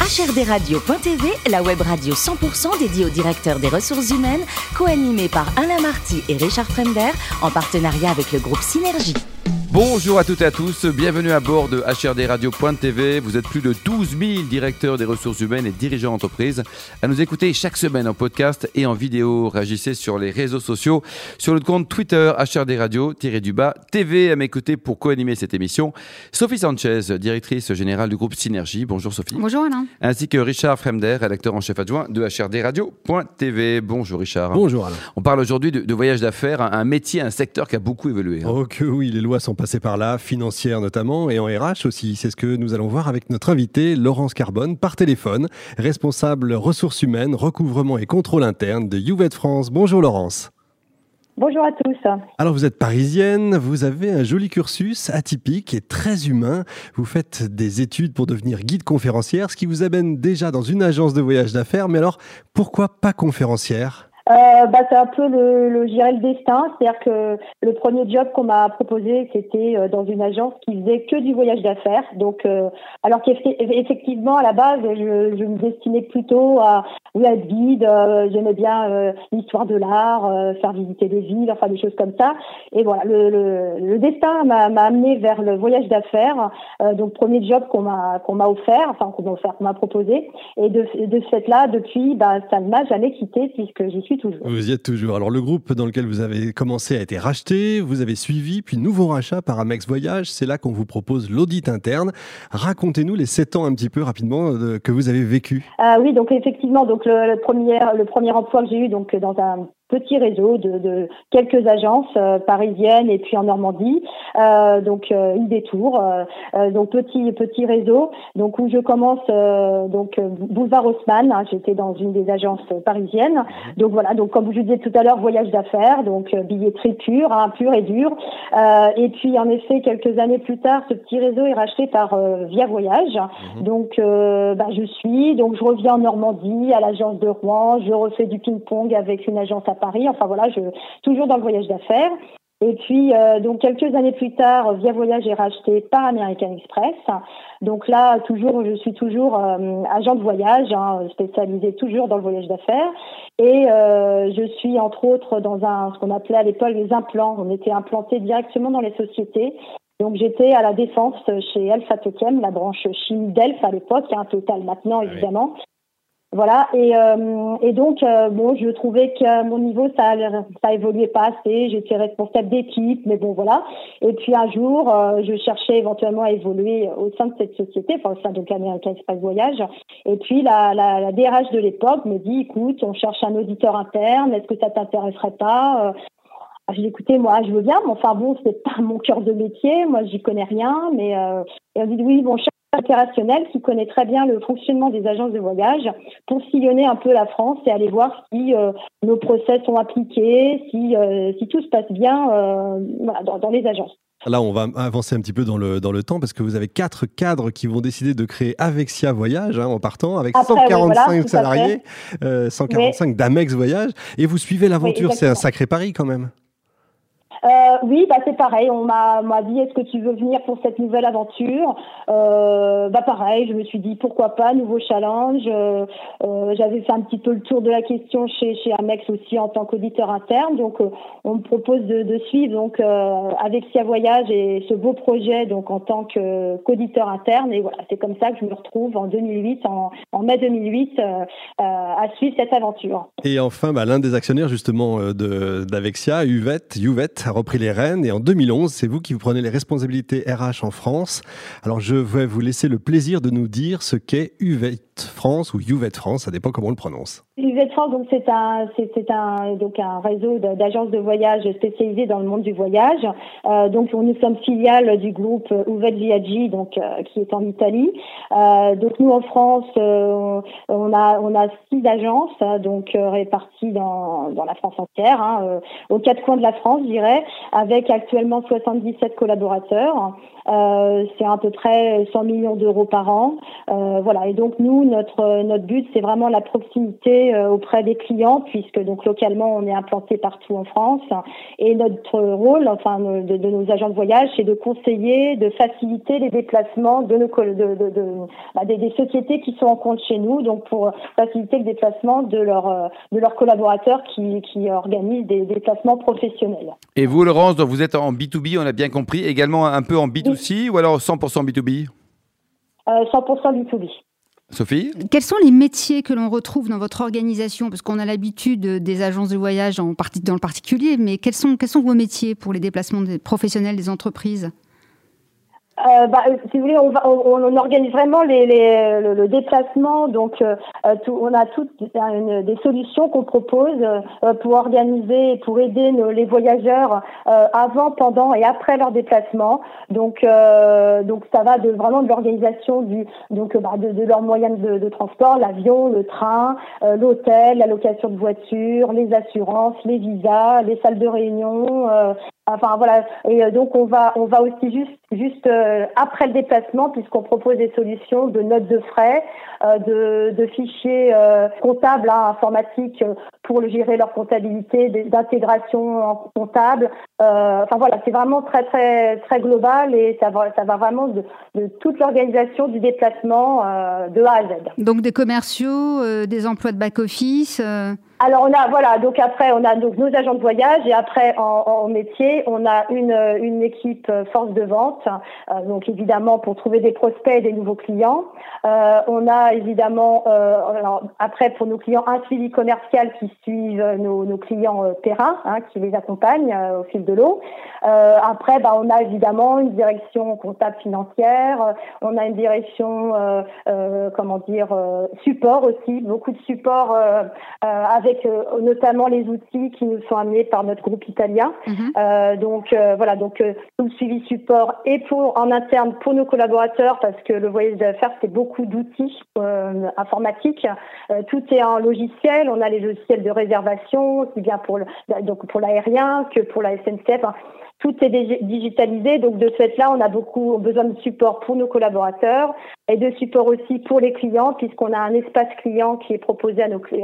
HRDRadio.tv, la web radio 100% dédiée aux directeurs des ressources humaines, co-animée par Alain Marty et Richard Fremder, en partenariat avec le groupe Synergie. Bonjour à toutes et à tous, bienvenue à bord de HRDRadio.tv. Vous êtes plus de 12 000 directeurs des ressources humaines et dirigeants d'entreprise à nous écouter chaque semaine en podcast et en vidéo. Réagissez sur les réseaux sociaux, sur notre compte Twitter HRDRadio-TV. À m'écouter pour co-animer cette émission, Sophie Sanchez, directrice générale du groupe Synergie. Bonjour Sophie. Bonjour Alain. Ainsi que Richard Fremder, rédacteur en chef adjoint de HRDRadio.tv. Bonjour Richard. Bonjour Alain. On parle aujourd'hui de voyage d'affaires, un métier, un secteur qui a beaucoup évolué. Oh que oui, les lois sont passées par là, financières notamment, et en RH aussi. C'est ce que nous allons voir avec notre invitée, Laurence Carbone, par téléphone, responsable ressources humaines, recouvrement et contrôle interne de Youvet France. Bonjour Laurence. Bonjour à tous. Alors vous êtes parisienne, vous avez un joli cursus atypique et très humain. Vous faites des études pour devenir guide conférencière, ce qui vous amène déjà dans une agence de voyage d'affaires. Mais alors, pourquoi pas conférencière ? C'est un peu je dirais le destin, c'est-à-dire que le premier job qu'on m'a proposé, c'était dans une agence qui faisait que du voyage d'affaires. Donc, alors qu'effectivement, à la base, je me destinais plutôt à être guide. J'aimais bien l'histoire de l'art, faire visiter des villes, enfin des choses comme ça. Et voilà, le destin m'a amené vers le voyage d'affaires. Donc, premier job qu'on m'a proposé. Et de ce fait-là, depuis, ça ne m'a jamais quitté puisque j'y suis toujours. Vous y êtes toujours. Alors le groupe dans lequel vous avez commencé a été racheté, vous avez suivi, puis nouveau rachat par Amex Voyage. C'est là qu'on vous propose l'audit interne. Racontez-nous les 7 ans un petit peu rapidement que vous avez vécu. Oui, donc effectivement, donc le premier emploi que j'ai eu donc dans un petit réseau de quelques agences parisiennes et puis en Normandie, donc Idétour, donc petit réseau, donc où je commence boulevard Haussmann, j'étais dans une des agences parisiennes, donc voilà, donc comme je disais tout à l'heure, voyage d'affaires, donc billetterie pure et dure, et puis en effet quelques années plus tard, ce petit réseau est racheté par Via Voyage, donc je reviens en Normandie à l'agence de Rouen, je refais du ping-pong avec une agence à Paris, enfin voilà, toujours dans le voyage d'affaires. Et puis, donc quelques années plus tard, Via Voyage est racheté par American Express. Donc là, je suis toujours agent de voyage, spécialisé toujours dans le voyage d'affaires. Et je suis entre autres dans ce qu'on appelait à l'époque les implants. On était implantés directement dans les sociétés. Donc j'étais à la Défense chez Alpha Totem, la branche chimie d'Elf à l'époque, Total maintenant évidemment. Voilà, et donc je trouvais qu'à mon niveau ça évoluait pas assez, j'étais responsable d'équipe, mais bon voilà. Et puis un jour, je cherchais éventuellement à évoluer au sein de cette société, enfin au sein de American Express Voyage. Et puis la DRH de l'époque me dit, écoute, on cherche un auditeur interne, est-ce que ça t'intéresserait pas J'ai dit, écoutez, moi je veux bien, mais enfin bon, c'est pas mon cœur de métier, moi j'y connais rien, mais et on dit oui, bon, opérationnel qui connaît très bien le fonctionnement des agences de voyage pour sillonner un peu la France et aller voir si nos process sont appliqués, si tout se passe bien dans les agences. Là, on va avancer un petit peu dans le temps parce que vous avez 4 cadres qui vont décider de créer Avexia Voyage en partant avec 145 salariés, 145 d'Amex Voyage et vous suivez l'aventure. C'est un sacré pari quand même. Oui, c'est pareil. On m'a dit, est-ce que tu veux venir pour cette nouvelle aventure ? Pareil, je me suis dit, pourquoi pas, nouveau challenge. J'avais fait un petit peu le tour de la question chez Amex aussi en tant qu'auditeur interne. Donc, on me propose de suivre donc Avexia Voyage et ce beau projet donc en tant qu'auditeur interne. Et voilà, c'est comme ça que je me retrouve en 2008, en mai 2008, à suivre cette aventure. Et enfin, l'un des actionnaires justement d'Avexia, Youvet, a repris les rênes et en 2011, c'est vous qui vous prenez les responsabilités RH en France. Alors je vais vous laisser le plaisir de nous dire ce qu'est Youvet France ou Youvet France, ça dépend comment on le prononce. Youvet France, donc c'est un réseau d'agences de voyage spécialisées dans le monde du voyage. Donc nous sommes filiales du groupe Youvet Viaggi, donc qui est en Italie. Donc nous en France, on a 6 agences donc réparties dans la France entière, aux 4 coins de la France, je dirais, avec actuellement 77 collaborateurs. C'est à peu près 100 millions d'euros par an. Voilà. Et donc nous notre but, c'est vraiment la proximité auprès des clients, puisque donc localement, on est implanté partout en France. Et notre rôle, enfin de nos agents de voyage, c'est de conseiller, de faciliter les déplacements de nos des sociétés qui sont en compte chez nous, donc pour faciliter le déplacement de leurs collaborateurs qui organisent des déplacements professionnels. Et vous, Laurence, donc vous êtes en B2B, on a bien compris, également un peu en B2C ou alors 100% B2B 100% B2B. Sophie ? Quels sont les métiers que l'on retrouve dans votre organisation ? Parce qu'on a l'habitude des agences de voyage dans le particulier, mais quels sont vos métiers pour les déplacements des professionnels des entreprises ? Si vous voulez, on organise vraiment le déplacement. Donc, on a toutes des solutions qu'on propose pour organiser, pour aider les voyageurs avant, pendant et après leur déplacement. Donc ça va vraiment de l'organisation de leurs moyens de transport, l'avion, le train, l'hôtel, la location de voiture, les assurances, les visas, les salles de réunion. Enfin voilà, et donc on va aussi juste après le déplacement, puisqu'on propose des solutions de notes de frais, de fichiers comptables, informatiques pour gérer leur comptabilité, d'intégration comptable. Enfin voilà, c'est vraiment très très très global et ça va vraiment de toute l'organisation du déplacement de A à Z. Donc des commerciaux, des emplois de back office. Alors donc après on a donc nos agents de voyage et après en métier on a une équipe force de vente, donc évidemment pour trouver des prospects et des nouveaux clients. On a évidemment alors après pour nos clients un suivi commercial qui suivent nos clients terrain, qui les accompagnent au fil de l'eau. Après on a évidemment une direction comptable financière, on a une direction support aussi, beaucoup de support avec notamment les outils qui nous sont amenés par notre groupe italien. Donc tout le suivi support et en interne pour nos collaborateurs, parce que le voyage d'affaires c'est beaucoup d'outils informatiques. Tout est en logiciel. On a les logiciels de réservation aussi bien pour l'aérien que pour la SNCF. Tout est digitalisé, donc de ce fait-là, on a beaucoup besoin de support pour nos collaborateurs et de support aussi pour les clients, puisqu'on a un espace client qui est proposé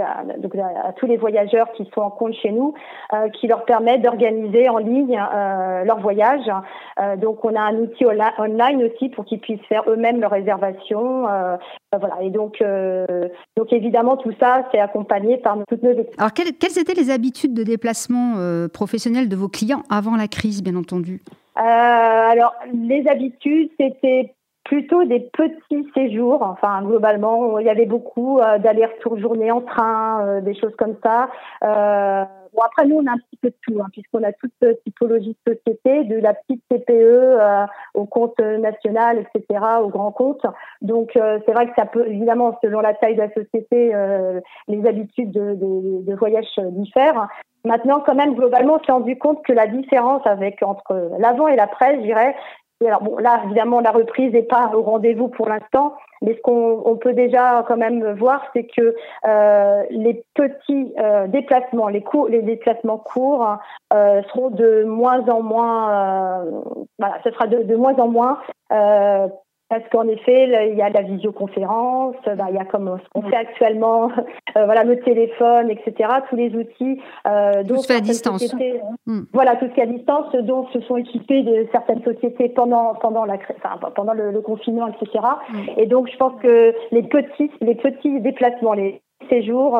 à tous les voyageurs qui sont en compte chez nous, qui leur permet d'organiser en ligne leur voyage. Donc, on a un outil online aussi pour qu'ils puissent faire eux-mêmes leurs réservations. Et donc évidemment, tout ça, c'est accompagné par toutes nos équipes. Alors, quelles étaient les habitudes de déplacement professionnel de vos clients avant la crise, bien entendu ? Alors, les habitudes, c'était plutôt des petits séjours. Enfin, globalement, il y avait beaucoup d'allers-retours journée en train, des choses comme ça. Après, nous, on a un petit peu de tout, puisqu'on a toute typologie de société, de la petite TPE au compte national, etc., au grand compte. Donc, c'est vrai que ça peut, évidemment, selon la taille de la société, les habitudes de voyage diffèrent. Maintenant, quand même, globalement, on s'est rendu compte que la différence entre l'avant et l'après, je dirais, alors bon, là, évidemment, la reprise n'est pas au rendez-vous pour l'instant, mais ce qu'on peut déjà quand même voir, c'est que les petits déplacements, les déplacements courts seront de moins en moins. Ce sera de moins en moins. Parce qu'en effet, il y a la visioconférence, il y a comme ce qu'on fait actuellement, le téléphone, etc. Tous les outils. Tout se fait à distance. Voilà, tout se fait à distance, dont se sont équipées de certaines sociétés pendant le confinement, etc. Et donc, je pense que les petits déplacements, les séjours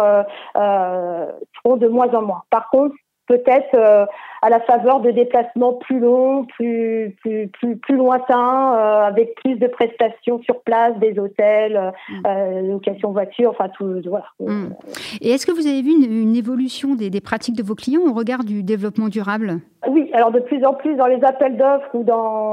seront de moins en moins. Par contre, peut-être à la faveur de déplacements plus longs, plus lointains, avec plus de prestations sur place, des hôtels, location voiture, enfin tout, voilà. Et est-ce que vous avez vu une évolution des pratiques de vos clients au regard du développement durable ? Oui, alors de plus en plus dans les appels d'offres ou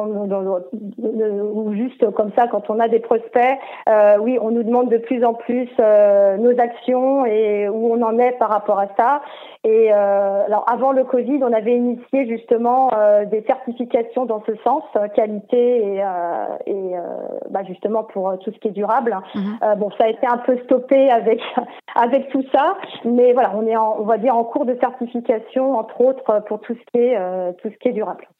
ou juste comme ça quand on a des prospects, oui, on nous demande de plus en plus nos actions et où on en est par rapport à ça. Et alors avant le Covid, on avait initié justement des certifications dans ce sens, qualité et justement pour tout ce qui est durable. Ça a été un peu stoppé avec tout ça, mais voilà, on est on va dire en cours de certification entre autres pour tout ce qui est durable.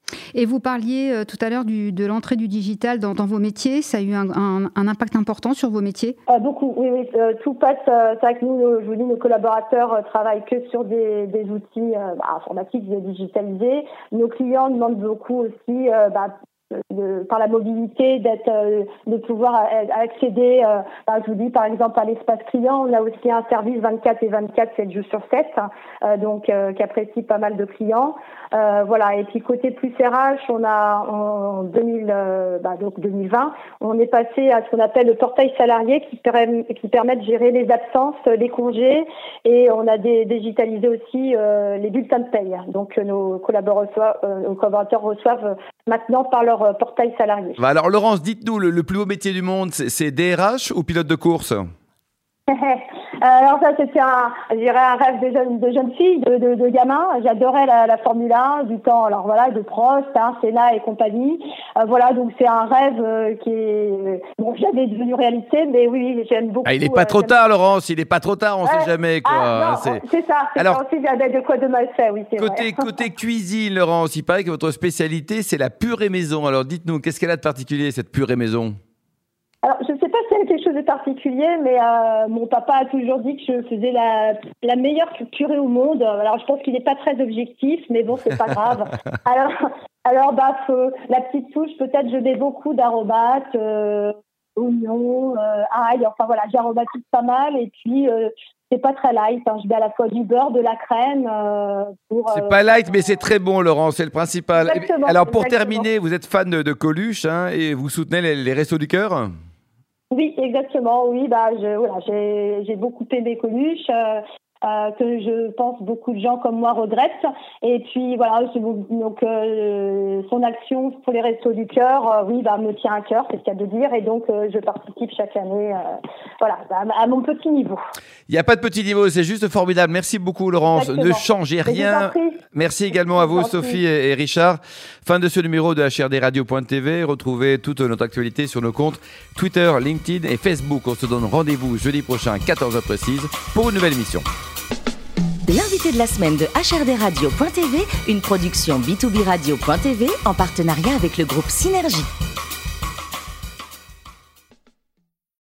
Et vous parliez tout à l'heure de l'entrée du digital dans vos métiers. Ça a eu un impact important sur vos métiers ? Beaucoup, oui. Tout passe. C'est vrai que nous, je vous dis, nos collaborateurs travaillent que sur des outils informatiques digitalisés. Nos clients demandent beaucoup aussi par la mobilité de pouvoir accéder, je vous dis par exemple à l'espace client. On a aussi un service 24 et 24, 7 jours sur 7, qui apprécie pas mal de clients. Et puis côté plus RH, on a en 2020, on est passé à ce qu'on appelle le portail salarié qui permet de gérer les absences, les congés, et on a digitalisé aussi les bulletins de paye. Donc nos collaborateurs reçoivent maintenant par leur portail salarié. Alors Laurence, dites-nous, le plus beau métier du monde, c'est DRH ou pilote de course ? Alors ça, c'était un rêve de jeune fille, de gamin. J'adorais la Formule 1, du temps, de Prost, Senna et compagnie. Donc c'est un rêve qui est jamais devenu réalité, mais oui, j'aime beaucoup. Il n'est pas trop tard, Laurence, il n'est pas trop tard, on ne sait jamais, quoi. C'est ça, alors, aussi de quoi demain le fait, oui, c'est vrai. Côté cuisine, Laurence, il paraît que votre spécialité, c'est la purée maison. Alors dites-nous, qu'est-ce qu'elle a de particulier, cette purée maison ? Alors, je ne sais pas si elle a quelque chose de particulier, mais mon papa a toujours dit que je faisais la meilleure purée au monde. Alors, je pense qu'il n'est pas très objectif, mais bon, c'est pas grave. Alors, la petite touche, peut-être, je mets beaucoup d'aromates, oignons, ail. J'aromatise pas mal. Et puis, c'est pas très light. Je mets à la fois du beurre, de la crème. C'est pas light, mais c'est très bon, Laurence. C'est le principal. Alors, pour terminer, vous êtes fan de Coluche et vous soutenez les Restos du Cœur ? Oui, exactement. Oui, j'ai beaucoup aimé Coluche, que je pense beaucoup de gens comme moi regrettent. Et puis son action pour les Restos du Cœur, me tient à cœur, c'est le cas de dire. Et donc je participe chaque année, à mon petit niveau. Il n'y a pas de petit niveau, c'est juste formidable. Merci beaucoup, Laurence. Exactement. Ne changez rien. Merci également à vous, Sophie et Richard. Fin de ce numéro de HRDRadio.tv. Retrouvez toute notre actualité sur nos comptes Twitter, LinkedIn et Facebook. On se donne rendez-vous jeudi prochain à 14h précise pour une nouvelle émission. L'invité de la semaine de HRDRadio.tv, une production B2B Radio.tv en partenariat avec le groupe Synergie.